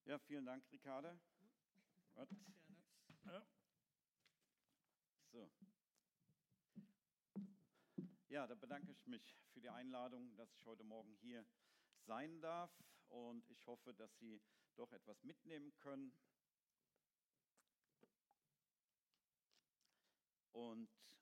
Ja, vielen Dank, Ricarda. Gerne. Ja. So. Ja, da bedanke ich mich für die Einladung, dass ich heute Morgen hier sein darf, und ich hoffe, dass Sie doch etwas mitnehmen können und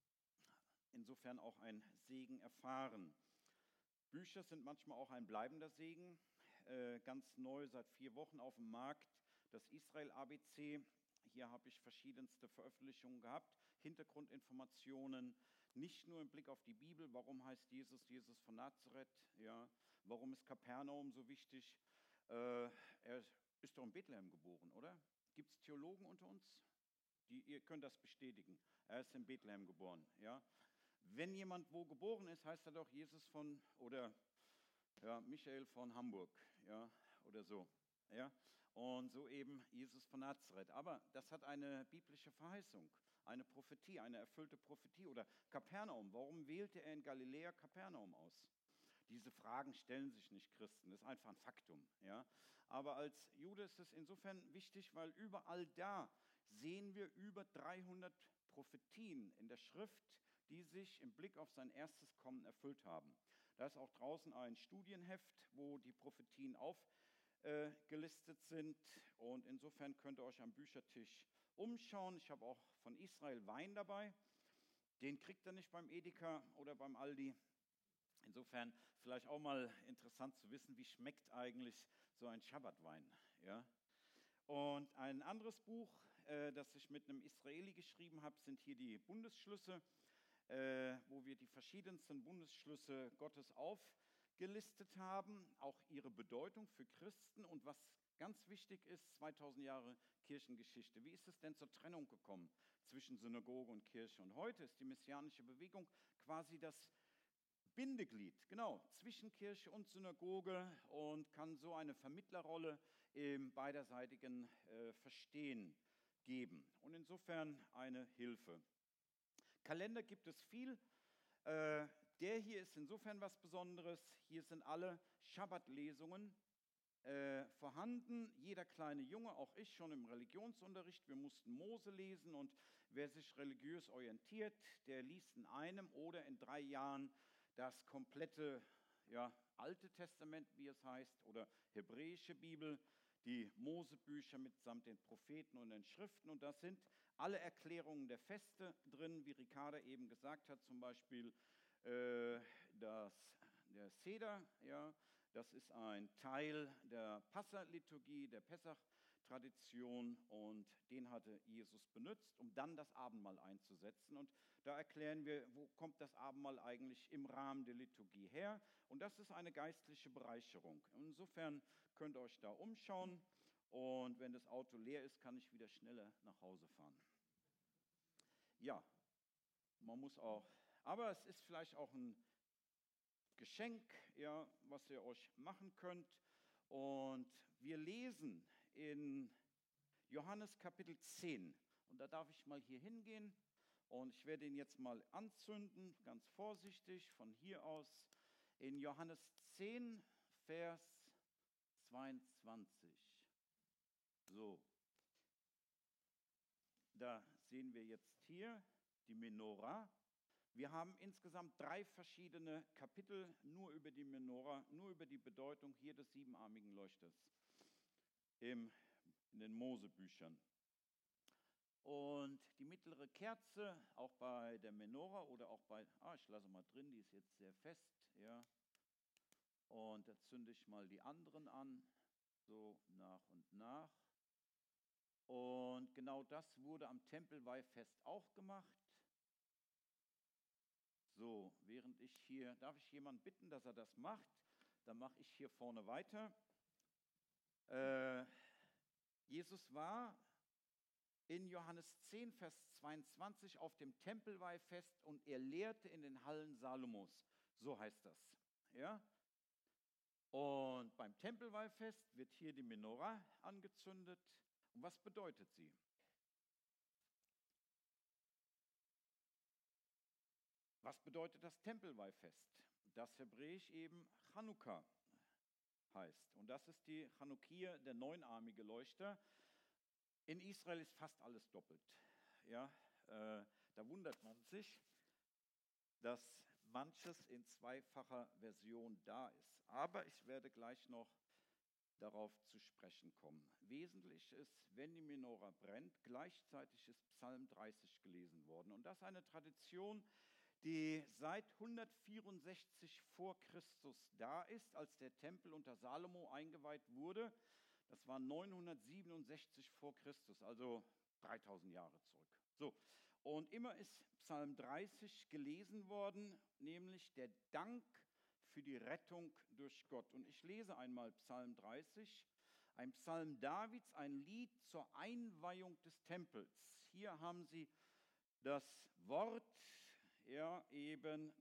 insofern auch einen Segen erfahren. Bücher sind manchmal auch ein bleibender Segen. Ganz neu, seit 4 Wochen auf dem Markt, das Israel-ABC. Hier habe ich verschiedenste Veröffentlichungen gehabt, Hintergrundinformationen, nicht nur im Blick auf die Bibel, warum heißt Jesus Jesus von Nazareth, ja, warum ist Kapernaum so wichtig? Er ist doch in Bethlehem geboren, oder? Gibt es Theologen unter uns? Ihr könnt das bestätigen. Er ist in Bethlehem geboren, ja. Wenn jemand wo geboren ist, heißt er doch Jesus von, oder ja, Michael von Hamburg, ja, oder so. Ja, und so eben Jesus von Nazareth. Aber das hat eine biblische Verheißung, eine Prophetie, eine erfüllte Prophetie. Oder Kapernaum, warum wählte er in Galiläa Kapernaum aus? Diese Fragen stellen sich nicht Christen, das ist einfach ein Faktum. Ja? Aber als Jude ist es insofern wichtig, weil überall da sehen wir über 300 Prophetien in der Schrift, die sich im Blick auf sein erstes Kommen erfüllt haben. Da ist auch draußen ein Studienheft, wo die Prophetien aufgelistet sind, und insofern könnt ihr euch am Büchertisch umschauen. Ich habe auch von Israel Wein dabei. Den kriegt ihr nicht beim Edeka oder beim Aldi. Insofern vielleicht auch mal interessant zu wissen, wie schmeckt eigentlich so ein Schabbatwein. Ja? Und ein anderes Buch, das ich mit einem Israeli geschrieben habe, sind hier die Bundesschlüsse, wo wir die verschiedensten Bundesschlüsse Gottes aufgelistet haben, auch ihre Bedeutung für Christen und was ganz wichtig ist, 2000 Jahre Kirchengeschichte. Wie ist es denn zur Trennung gekommen zwischen Synagoge und Kirche? Und heute ist die messianische Bewegung quasi das Bindeglied, genau, zwischen Kirche und Synagoge, und kann so eine Vermittlerrolle im beiderseitigen Verstehen geben und insofern eine Hilfe. Kalender gibt es viel. Der hier ist insofern was Besonderes. Hier sind alle Schabbatlesungen vorhanden. Jeder kleine Junge, auch ich schon im Religionsunterricht, wir mussten Mose lesen, und wer sich religiös orientiert, der liest in einem oder in 3 Jahren das komplette Alte Testament, wie es heißt, oder hebräische Bibel, die Mosebücher mitsamt den Propheten und den Schriften. Und da sind alle Erklärungen der Feste drin, wie Ricarda eben gesagt hat, zum Beispiel der Seder, ja, das ist ein Teil der Passa-Liturgie, der Pessach-Tradition, und den hatte Jesus benutzt, um dann das Abendmahl einzusetzen. Und da erklären wir, wo kommt das Abendmahl eigentlich im Rahmen der Liturgie her? Und das ist eine geistliche Bereicherung. Insofern könnt ihr euch da umschauen, und wenn das Auto leer ist, kann ich wieder schneller nach Hause fahren. Ja, man muss auch, aber es ist vielleicht auch ein Geschenk, ja, was ihr euch machen könnt. Und wir lesen in Johannes Kapitel 10. Und da darf ich mal hier hingehen, und ich werde ihn jetzt mal anzünden, ganz vorsichtig von hier aus. In Johannes 10, Vers 22. So, da sehen wir jetzt hier die Menora. Wir haben insgesamt 3 verschiedene Kapitel nur über die Menora, nur über die Bedeutung hier des 7-armigen Leuchters in den Mosebüchern. Und die mittlere Kerze, auch bei der Menora oder auch bei, ich lasse mal drin, die ist jetzt sehr fest, ja. Und da zünde ich mal die anderen an, so nach und nach. Und genau das wurde am Tempelweihfest auch gemacht. So, während ich hier, darf ich jemanden bitten, dass er das macht? Dann mache ich hier vorne weiter. Jesus war in Johannes 10, Vers 22 auf dem Tempelweihfest, und er lehrte in den Hallen Salomos. So heißt das. Ja? Und beim Tempelweihfest wird hier die Menora angezündet. Und was bedeutet sie? Was bedeutet das Tempelweihfest? Das Hebräisch eben Chanukka. heißt. Und das ist die Chanukia, der neunarmige Leuchter. In Israel ist fast alles doppelt. Ja, da wundert man sich, dass manches in zweifacher Version da ist. Aber ich werde gleich noch darauf zu sprechen kommen. Wesentlich ist, wenn die Menora brennt, gleichzeitig ist Psalm 30 gelesen worden. Und das ist eine Tradition, die seit 164 vor Christus da ist, als der Tempel unter Salomo eingeweiht wurde. Das war 967 vor Christus, also 3000 Jahre zurück. So, und immer ist Psalm 30 gelesen worden, nämlich der Dank für die Rettung durch Gott. Und ich lese einmal Psalm 30, ein Psalm Davids, ein Lied zur Einweihung des Tempels. Hier haben Sie das Wort, ja, eben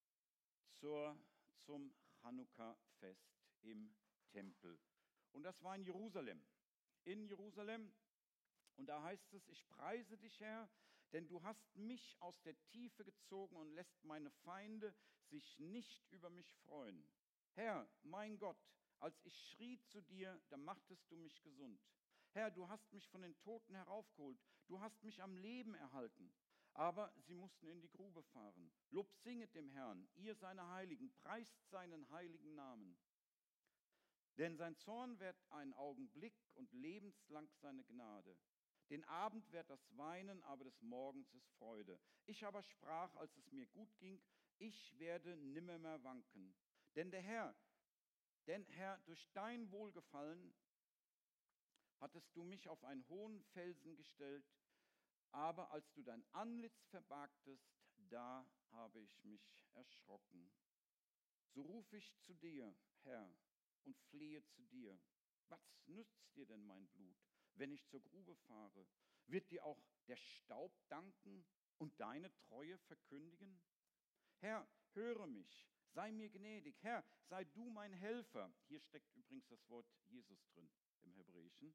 zum Chanukka-Fest im Tempel. Und das war in Jerusalem. In Jerusalem. Und da heißt es, ich preise dich, Herr, denn du hast mich aus der Tiefe gezogen und lässt meine Feinde sich nicht über mich freuen. Herr, mein Gott, als ich schrie zu dir, da machtest du mich gesund. Herr, du hast mich von den Toten heraufgeholt. Du hast mich am Leben erhalten. Aber sie mussten in die Grube fahren. Lob singet dem Herrn, ihr seine Heiligen, preist seinen heiligen Namen. Denn sein Zorn währt einen Augenblick und lebenslang seine Gnade. Den Abend währt das Weinen, aber des Morgens ist Freude. Ich aber sprach, als es mir gut ging, ich werde nimmermehr wanken. Denn Herr, durch dein Wohlgefallen hattest du mich auf einen hohen Felsen gestellt, aber als du dein Antlitz verbargtest, da habe ich mich erschrocken. So rufe ich zu dir, Herr, und flehe zu dir. Was nützt dir denn mein Blut, wenn ich zur Grube fahre? Wird dir auch der Staub danken und deine Treue verkündigen? Herr, höre mich, sei mir gnädig. Herr, sei du mein Helfer. Hier steckt übrigens das Wort Jesus drin im Hebräischen.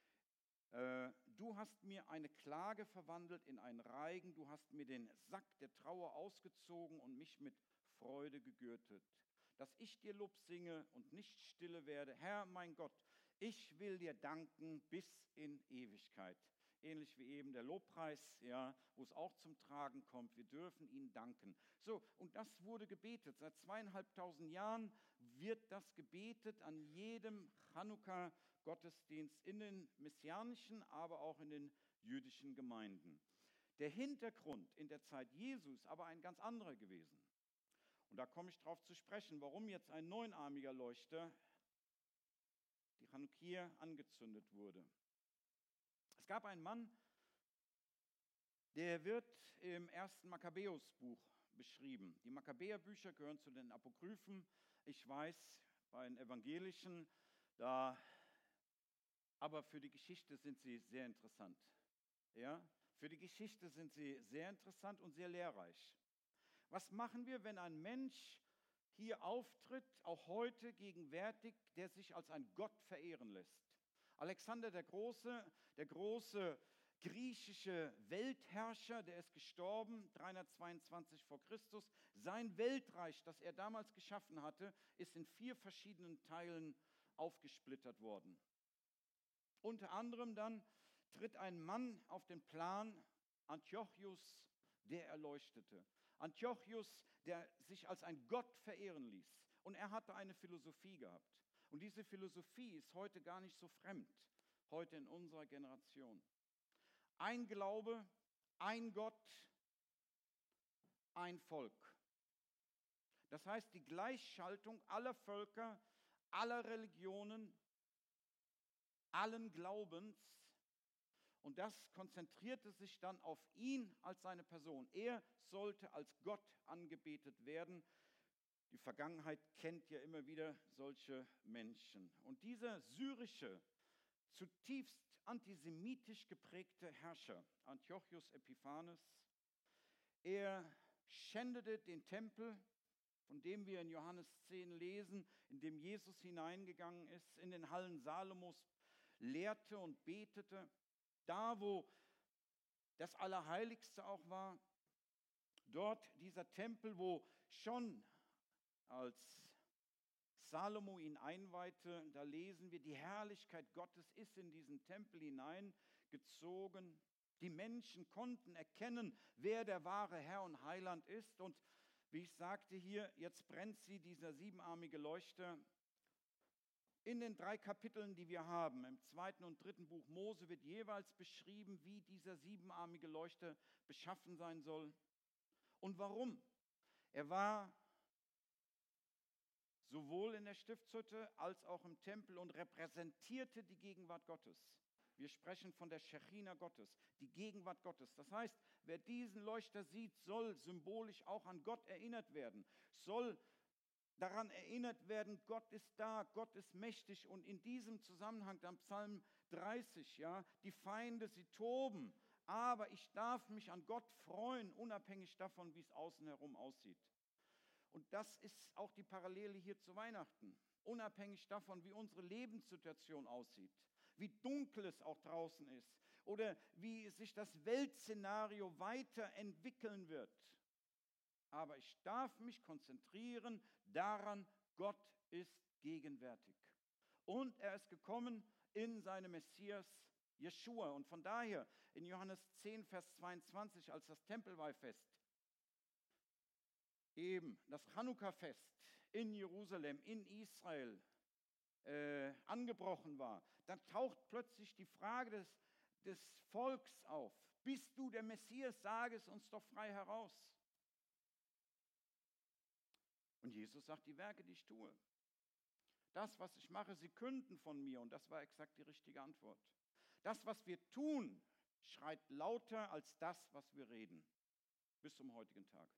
Du hast mir eine Klage verwandelt in einen Reigen. Du hast mir den Sack der Trauer ausgezogen und mich mit Freude gegürtet. Dass ich dir Lob singe und nicht stille werde. Herr, mein Gott, ich will dir danken bis in Ewigkeit. Ähnlich wie eben der Lobpreis, ja, wo es auch zum Tragen kommt. Wir dürfen ihm danken. So, und das wurde gebetet. Seit 2500 Jahren wird das gebetet an jedem Chanukka-Gottesdienst in den messianischen, aber auch in den jüdischen Gemeinden. Der Hintergrund in der Zeit Jesu ist aber ein ganz anderer gewesen. Und da komme ich drauf zu sprechen, warum jetzt ein neunarmiger Leuchter, die Chanukia, angezündet wurde. Es gab einen Mann, der wird im ersten Makkabäusbuch beschrieben. Die Makkabäerbücher gehören zu den Apokryphen. Ich weiß, bei den Evangelischen, aber für die Geschichte sind sie sehr interessant. Ja? Für die Geschichte sind sie sehr interessant und sehr lehrreich. Was machen wir, wenn ein Mensch hier auftritt, auch heute gegenwärtig, der sich als ein Gott verehren lässt? Alexander der große griechische Weltherrscher, der ist gestorben, 322 vor Christus. Sein Weltreich, das er damals geschaffen hatte, ist in 4 verschiedenen Teilen aufgesplittert worden. Unter anderem dann tritt ein Mann auf den Plan, Antiochus der Erleuchtete. Antiochus, der sich als ein Gott verehren ließ. Und er hatte eine Philosophie gehabt. Und diese Philosophie ist heute gar nicht so fremd, heute in unserer Generation. Ein Glaube, ein Gott, ein Volk. Das heißt, die Gleichschaltung aller Völker, aller Religionen, allen Glaubens. Und das konzentrierte sich dann auf ihn als seine Person. Er sollte als Gott angebetet werden. Die Vergangenheit kennt ja immer wieder solche Menschen. Und dieser syrische, zutiefst antisemitisch geprägte Herrscher, Antiochus Epiphanes, er schändete den Tempel, von dem wir in Johannes 10 lesen, in dem Jesus hineingegangen ist, in den Hallen Salomos, lehrte und betete. Da, wo das Allerheiligste auch war, dort dieser Tempel, wo schon als Salomo ihn einweihte. Da lesen wir, die Herrlichkeit Gottes ist in diesen Tempel hineingezogen. Die Menschen konnten erkennen, wer der wahre Herr und Heiland ist. Und wie ich sagte hier, jetzt brennt sie, dieser siebenarmige Leuchter. In den 3 Kapiteln, die wir haben, im 2. und 3. Buch Mose, wird jeweils beschrieben, wie dieser siebenarmige Leuchter beschaffen sein soll und warum. Er war sowohl in der Stiftshütte als auch im Tempel und repräsentierte die Gegenwart Gottes. Wir sprechen von der Schechina Gottes, die Gegenwart Gottes. Das heißt, wer diesen Leuchter sieht, soll symbolisch auch an Gott erinnert werden, soll daran erinnert werden, Gott ist da, Gott ist mächtig. Und in diesem Zusammenhang, dann Psalm 30, ja, die Feinde, sie toben, aber ich darf mich an Gott freuen, unabhängig davon, wie es außen herum aussieht. Und das ist auch die Parallele hier zu Weihnachten, unabhängig davon, wie unsere Lebenssituation aussieht, wie dunkel es auch draußen ist oder wie sich das Weltszenario weiterentwickeln wird. Aber ich darf mich konzentrieren daran, Gott ist gegenwärtig. Und er ist gekommen in seinem Messias Jeschua. Und von daher in Johannes 10, Vers 22, als das Tempelweihfest, eben das Chanukka-Fest in Jerusalem, in Israel angebrochen war, dann taucht plötzlich die Frage des Volks auf. Bist du der Messias? Sage es uns doch frei heraus. Und Jesus sagt, die Werke, die ich tue, das, was ich mache, sie künden von mir. Und das war exakt die richtige Antwort. Das, was wir tun, schreit lauter als das, was wir reden, bis zum heutigen Tag.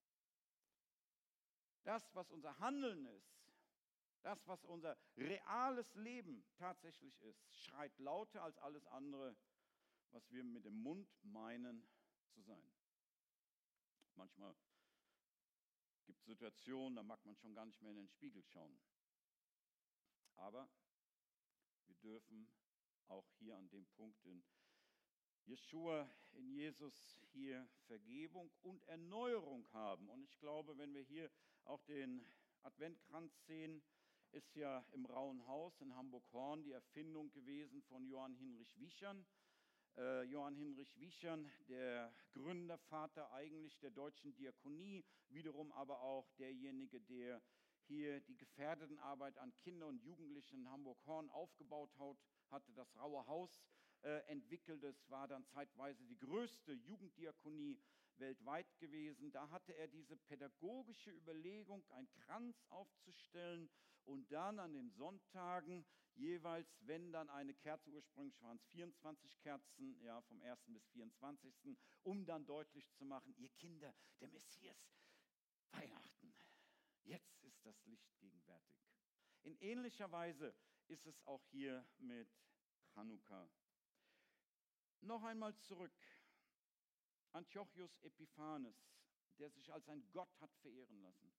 Das, was unser Handeln ist, das, was unser reales Leben tatsächlich ist, schreit lauter als alles andere, was wir mit dem Mund meinen zu sein. Manchmal gibt es Situationen, da mag man schon gar nicht mehr in den Spiegel schauen. Aber wir dürfen auch hier an dem Punkt in Jeschua, in Jesus hier Vergebung und Erneuerung haben. Und ich glaube, wenn wir hier auch den Adventkranz sehen, ist ja im Rauen Haus in Hamburg-Horn die Erfindung gewesen von Johann Hinrich Wiechern. Johann Hinrich Wiechern, der Gründervater eigentlich der deutschen Diakonie, wiederum aber auch derjenige, der hier die Gefährdetenarbeit an Kinder und Jugendlichen in Hamburg-Horn aufgebaut hatte, das Raue Haus entwickelt. Es war dann zeitweise die größte Jugenddiakonie weltweit gewesen. Da hatte er diese pädagogische Überlegung, einen Kranz aufzustellen und dann an den Sonntagen jeweils, wenn dann eine Kerze, ursprünglich waren es 24 Kerzen, ja, vom 1. bis 24., um dann deutlich zu machen, ihr Kinder, der Messias, Weihnachten, jetzt ist das Licht gegenwärtig. In ähnlicher Weise ist es auch hier mit Chanukka. Noch einmal zurück. Antiochus Epiphanes, der sich als ein Gott hat verehren lassen.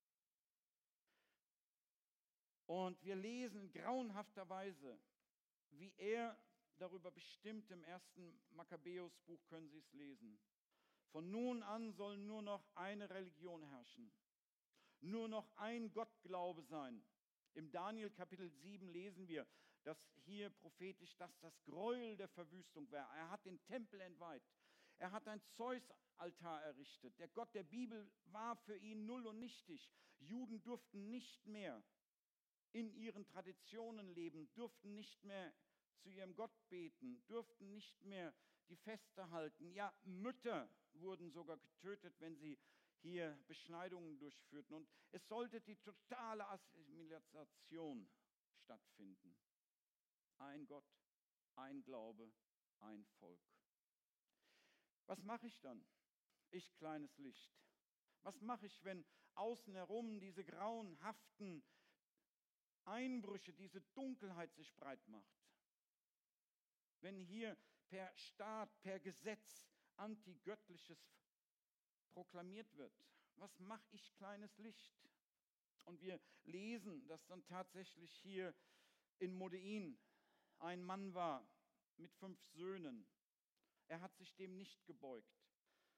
Und wir lesen grauenhafterweise, wie er darüber bestimmt, im 1. Makkabäusbuch können Sie es lesen. Von nun an soll nur noch eine Religion herrschen, nur noch ein Gottglaube sein. Im Daniel Kapitel 7 lesen wir, dass hier prophetisch das Gräuel der Verwüstung war. Er hat den Tempel entweiht. Er hat ein Zeus-Altar errichtet. Der Gott der Bibel war für ihn null und nichtig. Juden durften nicht mehr in ihren Traditionen leben, durften nicht mehr zu ihrem Gott beten, durften nicht mehr die Feste halten. Ja, Mütter wurden sogar getötet, wenn sie hier Beschneidungen durchführten. Und es sollte die totale Assimilation stattfinden. Ein Gott, ein Glaube, ein Volk. Was mache ich dann? Ich kleines Licht. Was mache ich, wenn außen herum diese grauenhaften Einbrüche, diese Dunkelheit sich breit macht? Wenn hier per Staat, per Gesetz Antigöttliches proklamiert wird. Was mache ich, kleines Licht? Und wir lesen, dass dann tatsächlich hier in Modein ein Mann war mit 5 Söhnen. Er hat sich dem nicht gebeugt.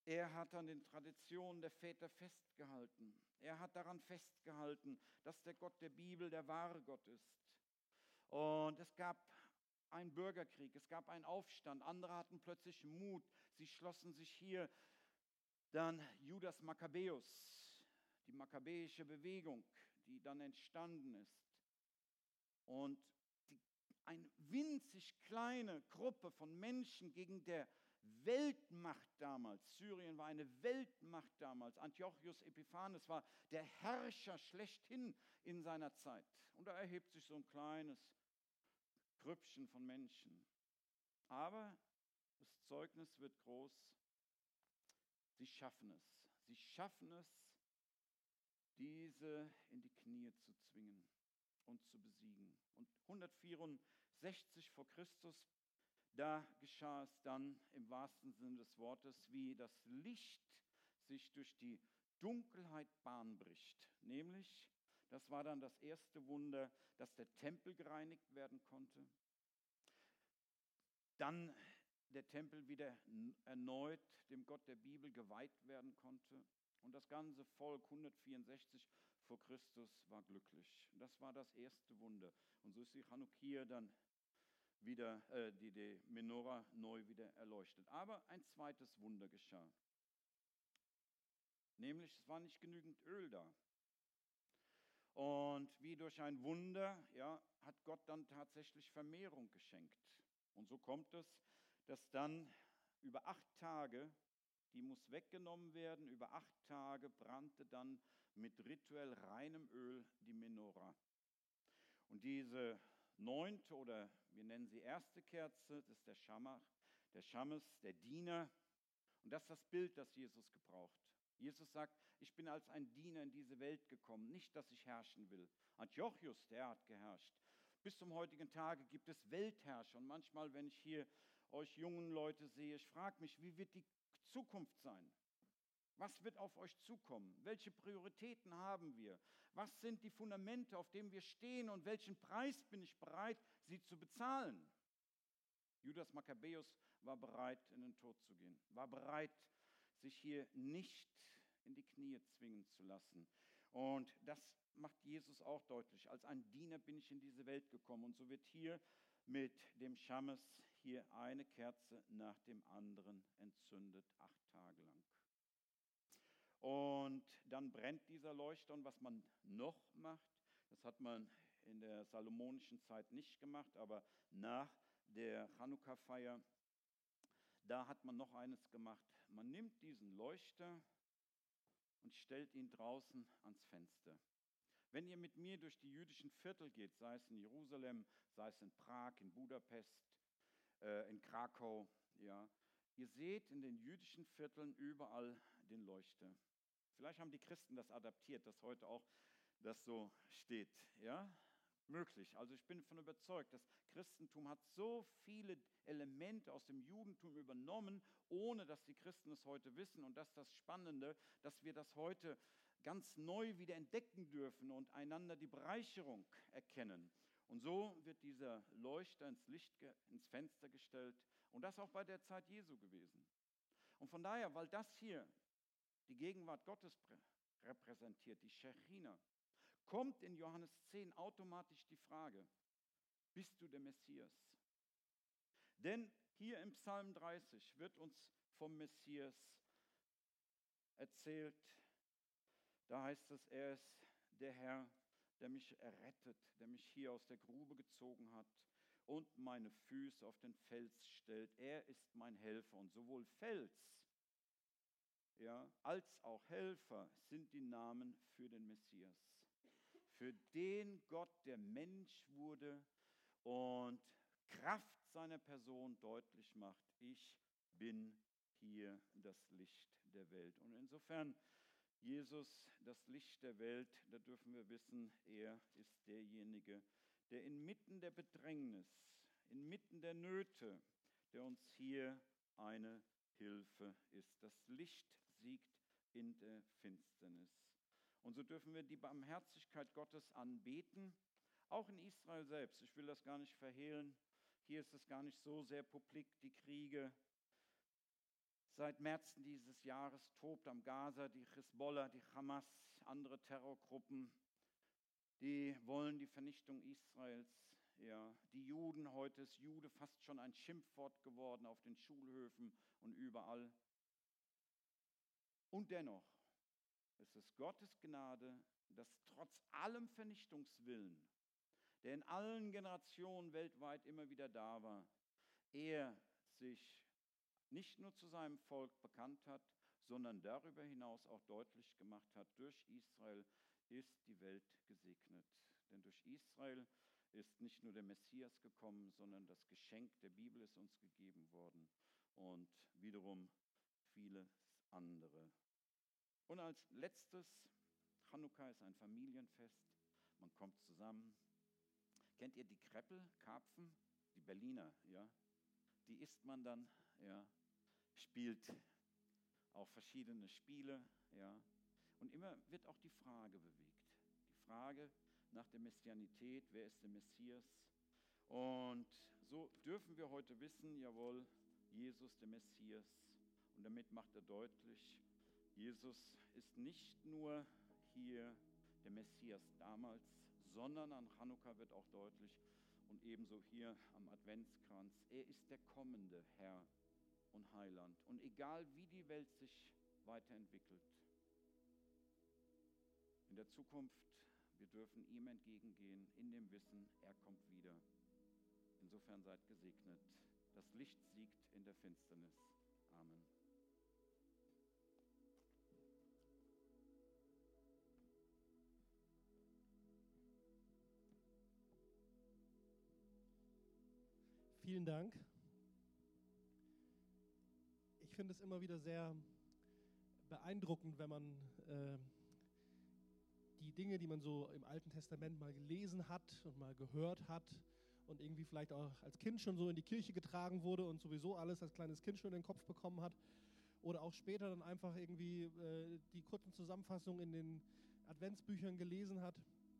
Er hat an den Traditionen der Väter festgehalten. Er hat daran festgehalten, dass der Gott der Bibel der wahre Gott ist. Und es gab einen Bürgerkrieg, es gab einen Aufstand, andere hatten plötzlich Mut. Sie schlossen sich hier. Dann Judas Makkabäus, die makkabäische Bewegung, die dann entstanden ist. Und eine winzig kleine Gruppe von Menschen gegen der Weltmacht damals. Syrien war eine Weltmacht damals. Antiochus Epiphanes war der Herrscher schlechthin in seiner Zeit. Und da erhebt sich so ein kleines Grüppchen von Menschen. Aber das Zeugnis wird groß. Sie schaffen es. Sie schaffen es, diese in die Knie zu zwingen und zu besiegen. Und 164 vor Christus, da geschah es dann im wahrsten Sinne des Wortes, wie das Licht sich durch die Dunkelheit Bahn bricht. Nämlich, das war dann das erste Wunder, dass der Tempel gereinigt werden konnte. Dann der Tempel wieder erneut dem Gott der Bibel geweiht werden konnte. Und das ganze Volk 164 vor Christus war glücklich. Das war das erste Wunder. Und so ist die Chanukia dann wieder, die Menora neu wieder erleuchtet. Aber ein zweites Wunder geschah. Nämlich, es war nicht genügend Öl da. Und wie durch ein Wunder, ja, hat Gott dann tatsächlich Vermehrung geschenkt. Und so kommt es, dass dann über 8 Tage, die muss weggenommen werden, über 8 Tage brannte dann mit rituell reinem Öl die Menora. Und diese 9. oder wir nennen sie erste Kerze, das ist der Schamach, der Schammes, der Diener. Und das ist das Bild, das Jesus gebraucht. Jesus sagt, ich bin als ein Diener in diese Welt gekommen, nicht, dass ich herrschen will. Antiochus, der hat geherrscht. Bis zum heutigen Tage gibt es Weltherrscher. Und manchmal, wenn ich hier euch jungen Leute sehe, ich frage mich, wie wird die Zukunft sein? Was wird auf euch zukommen? Welche Prioritäten haben wir? Was sind die Fundamente, auf denen wir stehen und welchen Preis bin ich bereit, sie zu bezahlen? Judas Makkabäus war bereit, in den Tod zu gehen, war bereit, sich hier nicht in die Knie zwingen zu lassen. Und das macht Jesus auch deutlich. Als ein Diener bin ich in diese Welt gekommen. Und so wird hier mit dem Schammes hier eine Kerze nach dem anderen entzündet, 8 Tage lang. Und dann brennt dieser Leuchter. Und was man noch macht, das hat man in der salomonischen Zeit nicht gemacht, aber nach der Chanukka-Feier, da hat man noch eines gemacht. Man nimmt diesen Leuchter und stellt ihn draußen ans Fenster. Wenn ihr mit mir durch die jüdischen Viertel geht, sei es in Jerusalem, sei es in Prag, in Budapest, in Krakau, ja, ihr seht in den jüdischen Vierteln überall den Leuchter. Vielleicht haben die Christen das adaptiert, dass heute auch das so steht, ja, möglich. Also ich bin davon überzeugt, das Christentum hat so viele Elemente aus dem Judentum übernommen, ohne dass die Christen es heute wissen. Und das ist das Spannende, dass wir das heute ganz neu wieder entdecken dürfen und einander die Bereicherung erkennen. Und so wird dieser Leuchter ins Fenster gestellt und das auch bei der Zeit Jesu gewesen. Und von daher, weil das hier die Gegenwart Gottes repräsentiert, die Schechina, kommt in Johannes 10 automatisch die Frage, bist du der Messias? Denn hier im Psalm 30 wird uns vom Messias erzählt. Da heißt es, er ist der Herr, der mich errettet, der mich hier aus der Grube gezogen hat und meine Füße auf den Fels stellt. Er ist mein Helfer. Und sowohl Fels, ja, als auch Helfer sind die Namen für den Messias. Für den Gott, der Mensch wurde und Kraft seiner Person deutlich macht, ich bin hier das Licht der Welt. Und insofern, Jesus, das Licht der Welt, da dürfen wir wissen, er ist derjenige, der inmitten der Bedrängnis, inmitten der Nöte, der uns hier eine Hilfe ist. Das Licht siegt in der Finsternis. Und so dürfen wir die Barmherzigkeit Gottes anbeten, auch in Israel selbst. Ich will das gar nicht verhehlen. Hier ist es gar nicht so sehr publik, die Kriege Seit März dieses Jahres tobt am Gaza die Hisbollah, die Hamas, andere Terrorgruppen, die wollen die Vernichtung Israels. Ja, die Juden, heute ist Jude fast schon ein Schimpfwort geworden auf den Schulhöfen und überall. Und dennoch ist es Gottes Gnade, dass trotz allem Vernichtungswillen, der in allen Generationen weltweit immer wieder da war, er sich nicht nur zu seinem Volk bekannt hat, sondern darüber hinaus auch deutlich gemacht hat, durch Israel ist die Welt gesegnet. Denn durch Israel ist nicht nur der Messias gekommen, sondern das Geschenk der Bibel ist uns gegeben worden und wiederum vieles andere. Und als letztes, Chanukka ist ein Familienfest, man kommt zusammen. Kennt ihr die Kreppel, Karpfen? Die Berliner, ja? Die isst man dann, ja? Spielt auch verschiedene Spiele, ja? Und immer wird auch die Frage bewegt. Die Frage nach der Messianität, wer ist der Messias? Und so dürfen wir heute wissen, jawohl, Jesus der Messias. Und damit macht er deutlich, Jesus ist nicht nur hier der Messias damals, sondern an Chanukka wird auch deutlich und ebenso hier am Adventskranz, er ist der kommende Herr und Heiland. Und egal wie die Welt sich weiterentwickelt, in der Zukunft, wir dürfen ihm entgegengehen, in dem Wissen, er kommt wieder. Insofern seid gesegnet. Das Licht siegt in der Finsternis. Amen. Vielen Dank. Ich finde es immer wieder sehr beeindruckend, wenn man die Dinge, die man so im Alten Testament mal gelesen hat und mal gehört hat und irgendwie vielleicht auch als Kind schon so in die Kirche getragen wurde und sowieso alles als kleines Kind schon in den Kopf bekommen hat oder auch später dann einfach irgendwie die kurzen Zusammenfassungen in den Adventsbüchern gelesen hat,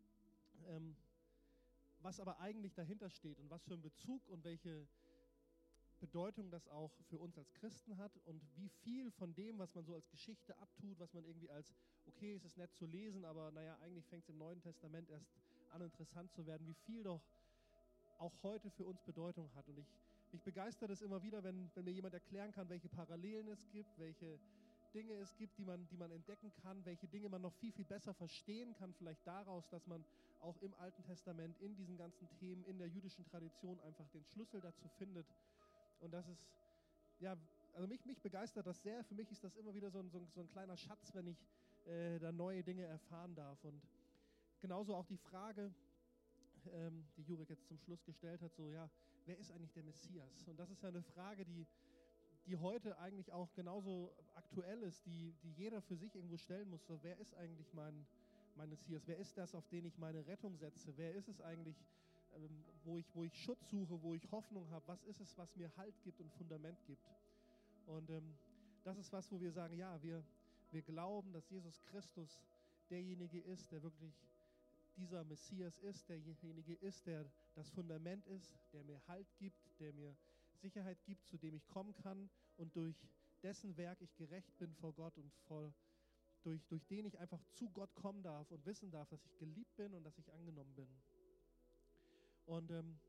was aber eigentlich dahinter steht und was für einen Bezug und welche Bedeutung das auch für uns als Christen hat und wie viel von dem, was man so als Geschichte abtut, was man irgendwie als, okay, es ist nett zu lesen, aber naja, eigentlich fängt es im Neuen Testament erst an, interessant zu werden, wie viel doch auch heute für uns Bedeutung hat. Und mich begeistert es immer wieder, wenn mir jemand erklären kann, welche Parallelen es gibt, welche Dinge es gibt, die man entdecken kann, welche Dinge man noch viel, viel besser verstehen kann, vielleicht daraus, dass man auch im Alten Testament, in diesen ganzen Themen, in der jüdischen Tradition einfach den Schlüssel dazu findet. Und das ist, ja, also mich begeistert das sehr. Für mich ist das immer wieder so ein kleiner Schatz, wenn ich da neue Dinge erfahren darf. Und genauso auch die Frage, die Jurek jetzt zum Schluss gestellt hat, so, ja, wer ist eigentlich der Messias? Und das ist ja eine Frage, die heute eigentlich auch genauso aktuell ist, die jeder für sich irgendwo stellen muss. So, wer ist eigentlich mein Messias? Wer ist das, auf den ich meine Rettung setze? Wer ist es eigentlich, wo ich Schutz suche, wo ich Hoffnung habe? Was ist es, was mir Halt gibt und Fundament gibt? Und das ist was, wo wir sagen, ja, wir glauben, dass Jesus Christus derjenige ist, der wirklich dieser Messias ist, derjenige ist, der das Fundament ist, der mir Halt gibt, der mir Sicherheit gibt, zu dem ich kommen kann und durch dessen Werk ich gerecht bin vor Gott und durch den ich einfach zu Gott kommen darf und wissen darf, dass ich geliebt bin und dass ich angenommen bin. Und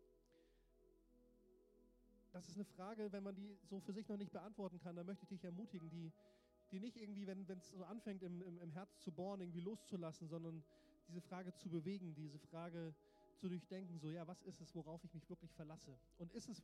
das ist eine Frage, wenn man die so für sich noch nicht beantworten kann, dann möchte ich dich ermutigen, die nicht irgendwie, wenn es so anfängt im Herz zu bohren, irgendwie loszulassen, sondern diese Frage zu bewegen, diese Frage zu durchdenken, so ja, was ist es, worauf ich mich wirklich verlasse? Und ist es